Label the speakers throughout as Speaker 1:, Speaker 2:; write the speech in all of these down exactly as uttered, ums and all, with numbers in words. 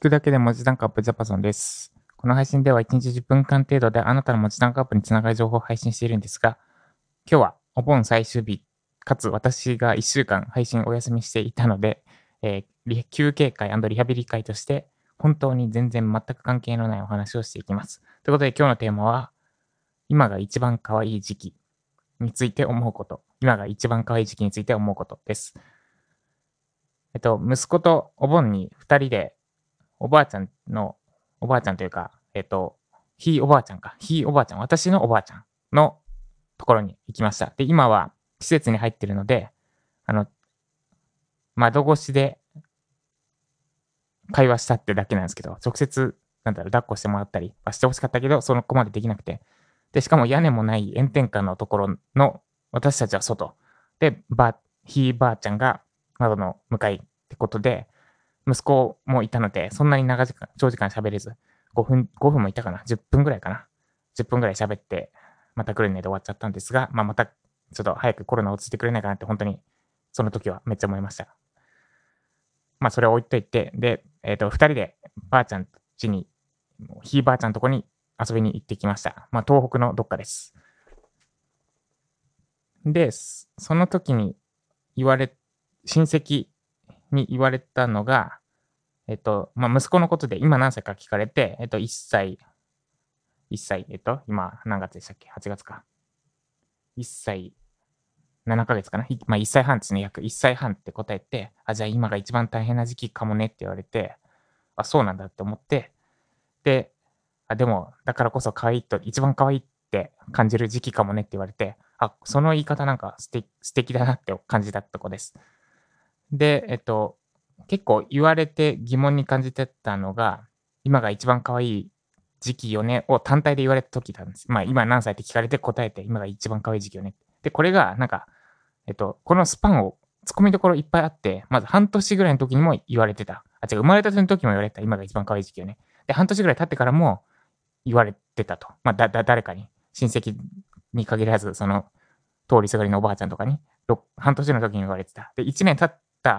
Speaker 1: くだけで文字単価アップジャパソンです。この配信ではいちにちじゅっぷんかん程度であなたの文字単価アップにつながる情報を配信しているんですが、今日はお盆最終日、かつ私がいっしゅうかん配信お休みしていたので、えーリ休憩会リハビリ会として、本当に全然全く関係のないお話をしていきます。ということで今日のテーマは、今が一番可愛い時期について思うこと。今が一番可愛い時期について思うことです。えっと、息子とお盆にふたりでおばあちゃんの、おばあちゃんというか、えっと、ひいおばあちゃんか、ひいおばあちゃん、私のおばあちゃんのところに行きました。で、今は施設に入ってるので、あの、窓越しで会話したってだけなんですけど、直接、なんだろう、抱っこしてもらったりはして欲しかったけど、その子までできなくて。で、しかも屋根もない炎天下のところの、私たちは外。で、ば、ひいばあちゃんが窓の向かいってことで、息子もいたので、そんなに長時間、長時間喋れず、ごふん、ごふんもいたかな ?じゅっ 分ぐらいかな ?じゅっ 分ぐらい喋って、また来るねで終わっちゃったんですが、まあ、また、ちょっと早くコロナ落ちてくれないかなって本当に、その時はめっちゃ思いました。まあ、それを置いといて、で、えっ、と、二人でばあちゃん家に、ひいばあちゃんのとこに遊びに行ってきました。まあ、東北のどっかです。で、その時に言われ、親戚に言われたのが、えっと、まあ、息子のことで今何歳か聞かれて、えっと、いっさい、いっさい、えっと、今何月でしたっけ ?はち 月か。いっさいななかげつかな。いまあ、いっさいはんですね。約いっさいはんって答えて、あ、じゃあ今が一番大変な時期かもねって言われて、あ、そうなんだって思って、で、あ、でも、だからこそ可愛いと、一番可愛いって感じる時期かもねって言われて、あ、その言い方なんか素敵素敵だなって感じたとこです。で、えっと、結構言われて疑問に感じてたのが、今が一番可愛い時期よねを単体で言われた時なんです。まあ、今何歳って聞かれて答えて、今が一番可愛い時期よね。で、これがなんか、えっと、このスパンを突っ込みどころいっぱいあって、まず半年ぐらいの時にも言われてた。あ、違う、生まれた時も言われてた。今が一番可愛い時期よね。で、半年ぐらい経ってからも言われてたと。まあ、だ、だ、誰かに、親戚に限らず、その、通りすがりのおばあちゃんとかに、ろ半年の時に言われてた。で、いちねん経った、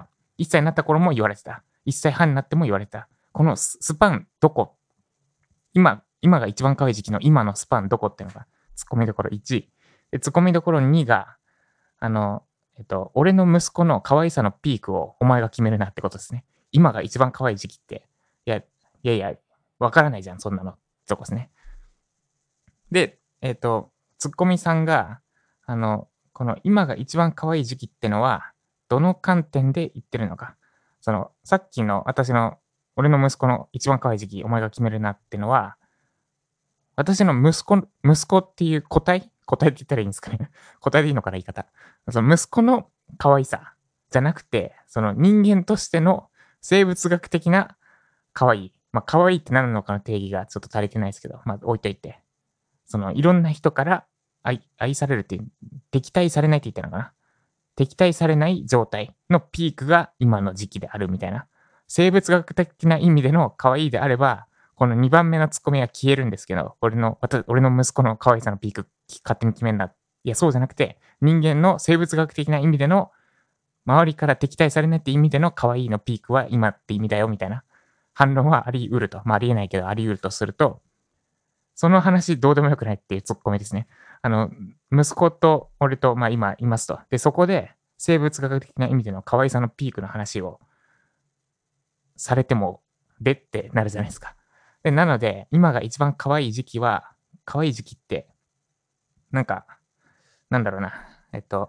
Speaker 1: いっさいになった頃も言われてた。いっさいはんになっても言われてた。このススパンどこ今、今が一番可愛い時期の今のスパンどこっていうのが、ツッコミどころいち。で、ツッコミどころにが、あの、えっと、俺の息子の可愛さのピークをお前が決めるなってことですね。今が一番可愛い時期って、いや、いやいや、わからないじゃん、そんなの。ってとこですね。で、えっと、ツッコミさんが、あの、この今が一番可愛い時期ってのは、どの観点で言ってるのか。その、さっきの私の、俺の息子の一番可愛い時期、お前が決めるなってのは、私の息子息子っていう個体個体って言ったらいいんですかね。個体でいいのかな、言い方。その息子の可愛さじゃなくて、その人間としての生物学的な可愛い。まあ、可愛いって何なのかの定義がちょっと足りてないですけど、まあ、置いといて。その、いろんな人から愛愛されるっていう、敵対されないって言ったのかな。敵対されない状態のピークが今の時期であるみたいな。生物学的な意味での可愛いであれば、このにばんめのツッコミは消えるんですけど、俺の、俺の息子の可愛さのピーク勝手に決めんな。いや、そうじゃなくて、人間の生物学的な意味での、周りから敵対されないって意味での可愛いのピークは今って意味だよ、みたいな反論はあり得ると。まあ、ありえないけど、あり得るとすると、その話どうでもよくないっていうツッコミですね。あの、息子と俺と、まあ今いますと。で、そこで生物学的な意味での可愛さのピークの話をされても、でってなるじゃないですか。で、なので、今が一番可愛い時期は、可愛い時期って、なんか、なんだろうな。えっと、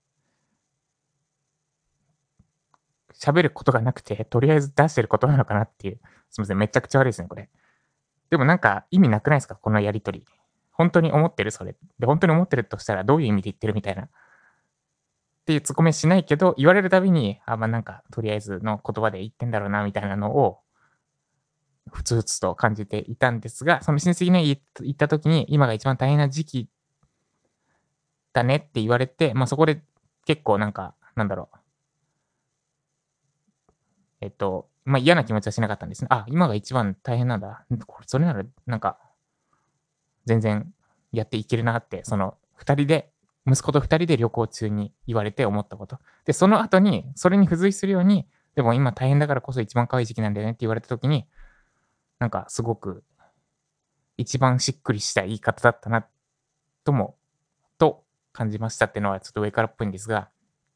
Speaker 1: 喋ることがなくて、とりあえず出してることなのかなっていう。すみません、めちゃくちゃ悪いですね、これ。でもなんか意味なくないですかこのやりとり。本当に思ってるそれ。で、本当に思ってるとしたらどういう意味で言ってるみたいな。っていうツッコミしないけど、言われるたびに、あ、まあなんか、とりあえずの言葉で言ってんだろうな、みたいなのを、ふつふつと感じていたんですが、その親戚に言った時に、今が一番大変な時期だねって言われて、まあそこで結構なんか、なんだろう。えっと、まあ嫌な気持ちはしなかったんですね。あ、今が一番大変なんだ。これそれなら、なんか、全然やっていけるなって、そのふたりで、息子とふたりで旅行中に言われて思ったこと。で、その後に、それに付随するように、でも今大変だからこそ一番可愛い時期なんだよねって言われた時に、 なんかすごく一番しっくりした言い方だったなとも、と感じましたっていうのはちょっと上からっぽいんですが、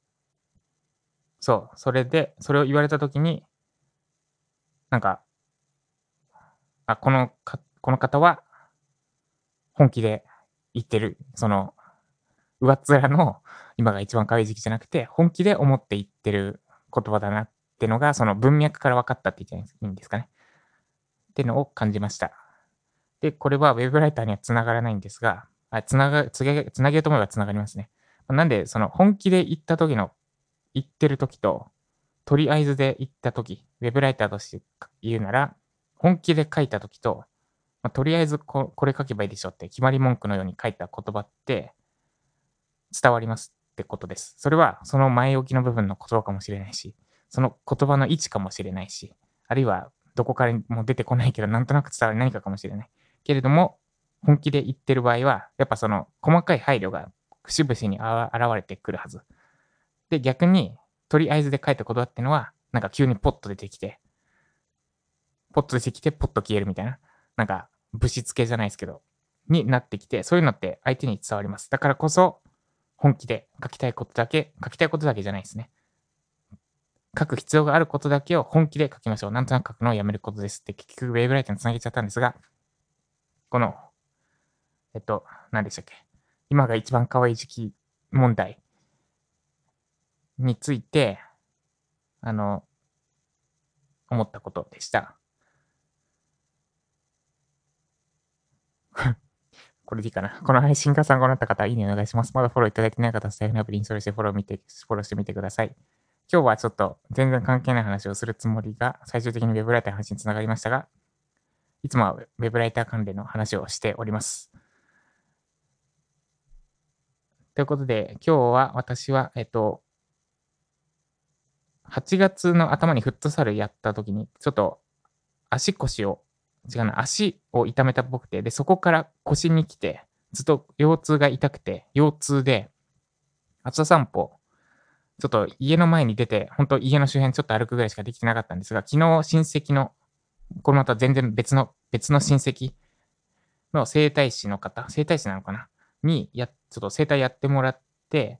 Speaker 1: そう、それで、それを言われた時に、なんか、あ、このかこの方は本気で言ってる、その、上っ面の今が一番可愛い時期じゃなくて、本気で思って言ってる言葉だなってのが、その文脈から分かったって言っていいんですかね。ってのを感じました。で、これはウェブライターには繋がらないんですが、あ、つながつげ繋げようと思えば繋がりますね。なんで、その本気で言った時の言ってる時と、とりあえずで言った時、ウェブライターとして言うなら、本気で書いた時と、ま、とりあえずここれ書けばいいでしょって決まり文句のように書いた言葉って伝わりますってことです。それはその前置きの部分の言葉かもしれないし、その言葉の位置かもしれないし、あるいはどこからも出てこないけど、なんとなく伝わる何かかもしれない。けれども、本気で言ってる場合は、やっぱその細かい配慮が節々にあわ現れてくるはず。で、逆に、とりあえずで書いた言葉ってのは、なんか急にポッと出てきて、ポッと出てきて、ポッと消えるみたいな、なんか、ぶしつけじゃないですけど、になってきて、そういうのって相手に伝わります。だからこそ、本気で書きたいことだけ、書きたいことだけじゃないですね。書く必要があることだけを本気で書きましょう。なんとなく書くのをやめることですって、結局ウェブライターに繋げちゃったんですが、この、えっと、何でしたっけ。今が一番可愛い時期問題について、あの、思ったことでした。これでいいかな。この配信が参考になった方、いいねお願いします。まだフォローいただいてない方は、スタイフのアプリインストールしてフォロー見て、フォローしてみてください。今日はちょっと全然関係ない話をするつもりが、最終的にウェブライターの話に繋がりましたが、いつもはウェブライター関連の話をしております。ということで、今日は私は、えっと、はちがつの頭にフットサルやった時に、ちょっと足腰を、違うな、足を痛めたっぽくて、で、そこから腰に来て、ずっと腰痛が痛くて、腰痛で、朝散歩、ちょっと家の前に出て、ほんと家の周辺ちょっと歩くぐらいしかできてなかったんですが、昨日親戚の、これまた全然別の別の親戚の整体師の方、整体師なのかなに、やちょっと整体やってもらって、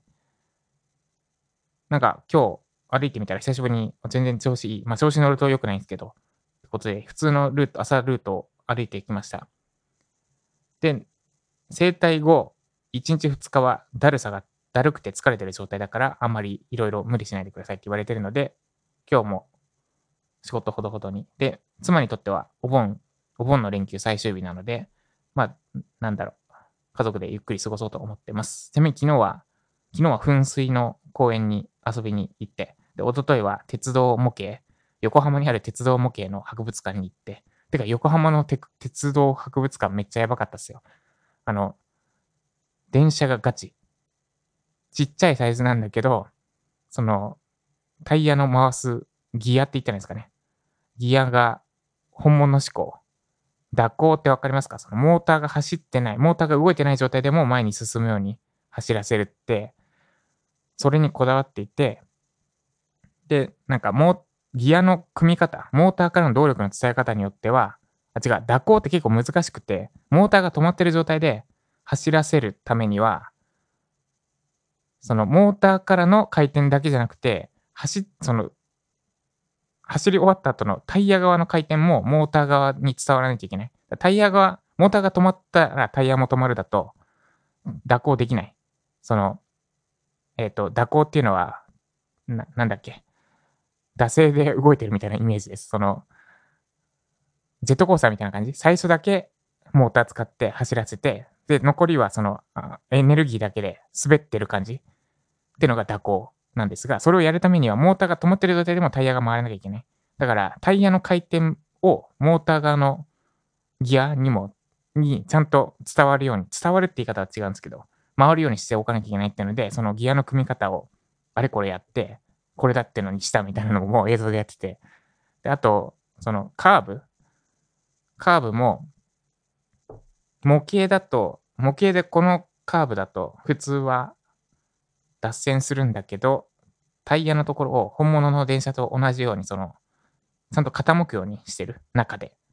Speaker 1: なんか今日歩いてみたら久しぶりに全然調子いい。ま、調子乗ると良くないんすけど、ってことで、普通のルート朝ルートを歩いてきました。で、整体後、いちにちふつかはだるさがだるくて疲れてる状態だから、あんまりいろいろ無理しないでくださいって言われてるので、今日も仕事ほどほどに。で、妻にとってはお盆お盆の連休最終日なので、まあ、なんだろう、家族でゆっくり過ごそうと思ってます。ちなみに昨日は昨日は噴水の公園に遊びに行って、で、一昨日は鉄道模型、横浜にある鉄道模型の博物館に行って、てか横浜のて鉄道博物館めっちゃやばかったっすよ。あの、電車がガチ。ちっちゃいサイズなんだけど、その、タイヤの回すギアって言ったらいいんですかね。ギアが本物志向。蛇行って分かりますか？そのモーターが走ってない、モーターが動いてない状態でも前に進むように走らせるって、それにこだわっていて、で、なんかもうギアの組み方、モーターからの動力の伝え方によっては、あ、違う、蛇行って結構難しくて、モーターが止まってる状態で走らせるためには、そのモーターからの回転だけじゃなくて、走その走り終わった後のタイヤ側の回転もモーター側に伝わらないといけない。タイヤ側、モーターが止まったらタイヤも止まるだと、蛇行できない。その、えっと、蛇行っていうのは、ななんだっけ、惰性で動いてるみたいなイメージです。その、ジェットコースターみたいな感じ。最初だけモーター使って走らせて、で、残りはその、あ、エネルギーだけで滑ってる感じってのが蛇行なんですが、それをやるためにはモーターが止まってる状態でもタイヤが回らなきゃいけない。だから、タイヤの回転をモーター側のギアにもにちゃんと伝わるように、伝わるって言い方は違うんですけど、回るようにしておかなきゃいけないっていうので、そのギアの組み方をあれこれやって、これだってのにしたみたいなのも映像でやってて、で、あと、そのカーブカーブも、模型だと模型でこのカーブだと普通は脱線するんだけど、タイヤのところを本物の電車と同じようにその、ちゃんと傾くようにしてる、中で。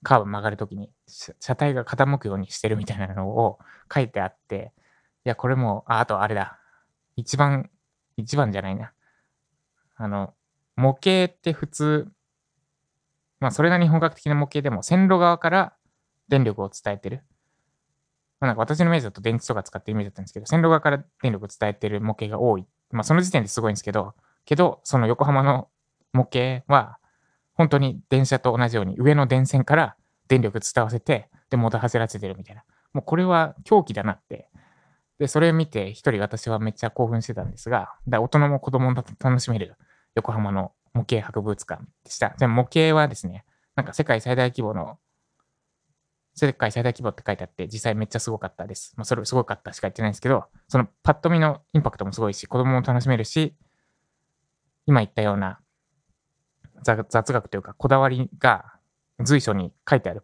Speaker 1: カーブ曲がるときに、車車体が傾くようにしてるみたいなのを書いてあって、いや、これもう、あ、あとあれだ。一番、一番じゃないな。あの、模型って普通、まあ、それなりに本格的な模型でも、線路側から電力を伝えてる。まあ、なんか私のイメージだと電池とか使ってるイメージだったんですけど、線路側から電力を伝えてる模型が多い。まあ、その時点ですごいんですけど、けど、その横浜の模型は、本当に電車と同じように上の電線から電力伝わせて、で、モーター走らせてるみたいな。もうこれは狂気だなって。で、それを見て一人私はめっちゃ興奮してたんですが、だ大人も子供も楽しめる横浜の模型博物館でした。じゃあ模型はですね、なんか世界最大規模の世界最大規模って書いてあって、実際めっちゃすごかったです。まあ、それすごかったしか言ってないんですけど、そのパッと見のインパクトもすごいし、子供も楽しめるし、今言ったような雑雑学というか、こだわりが随所に書いてある。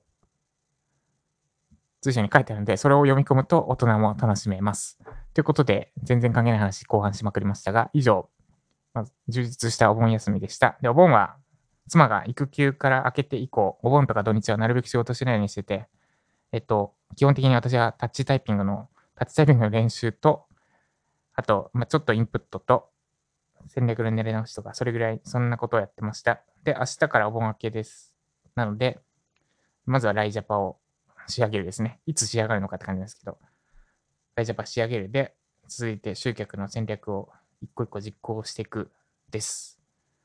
Speaker 1: 随所に書いてあるので、それを読み込むと大人も楽しめます。ということで、全然関係ない話、後半しまくりましたが、以上、まず充実したお盆休みでした。で、お盆は、妻が育休から明けて以降、お盆とか土日はなるべく仕事しないようにしてて、えっと、基本的に私はタッチタイピングの、タッチタイピングの練習と、あと、まあ、ちょっとインプットと、戦略の練り直しとか、それぐらい、そんなことをやってました。で、明日からお盆明けです。なので、まずはライジャパを仕上げるですね。いつ仕上がるのかって感じなんですけど、ライジャパ仕上げるで、続いて集客の戦略を一個一個実行していくです。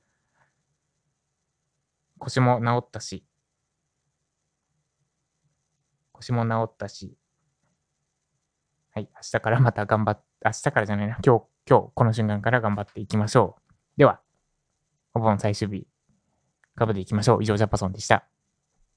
Speaker 1: 腰も治ったし、腰も治ったし、はい、明日からまた頑張っ、明日からじゃないな、今日、今日、この瞬間から頑張っていきましょう。では、お盆最終日、頑張っていきましょう。以上、ジャパソンでした。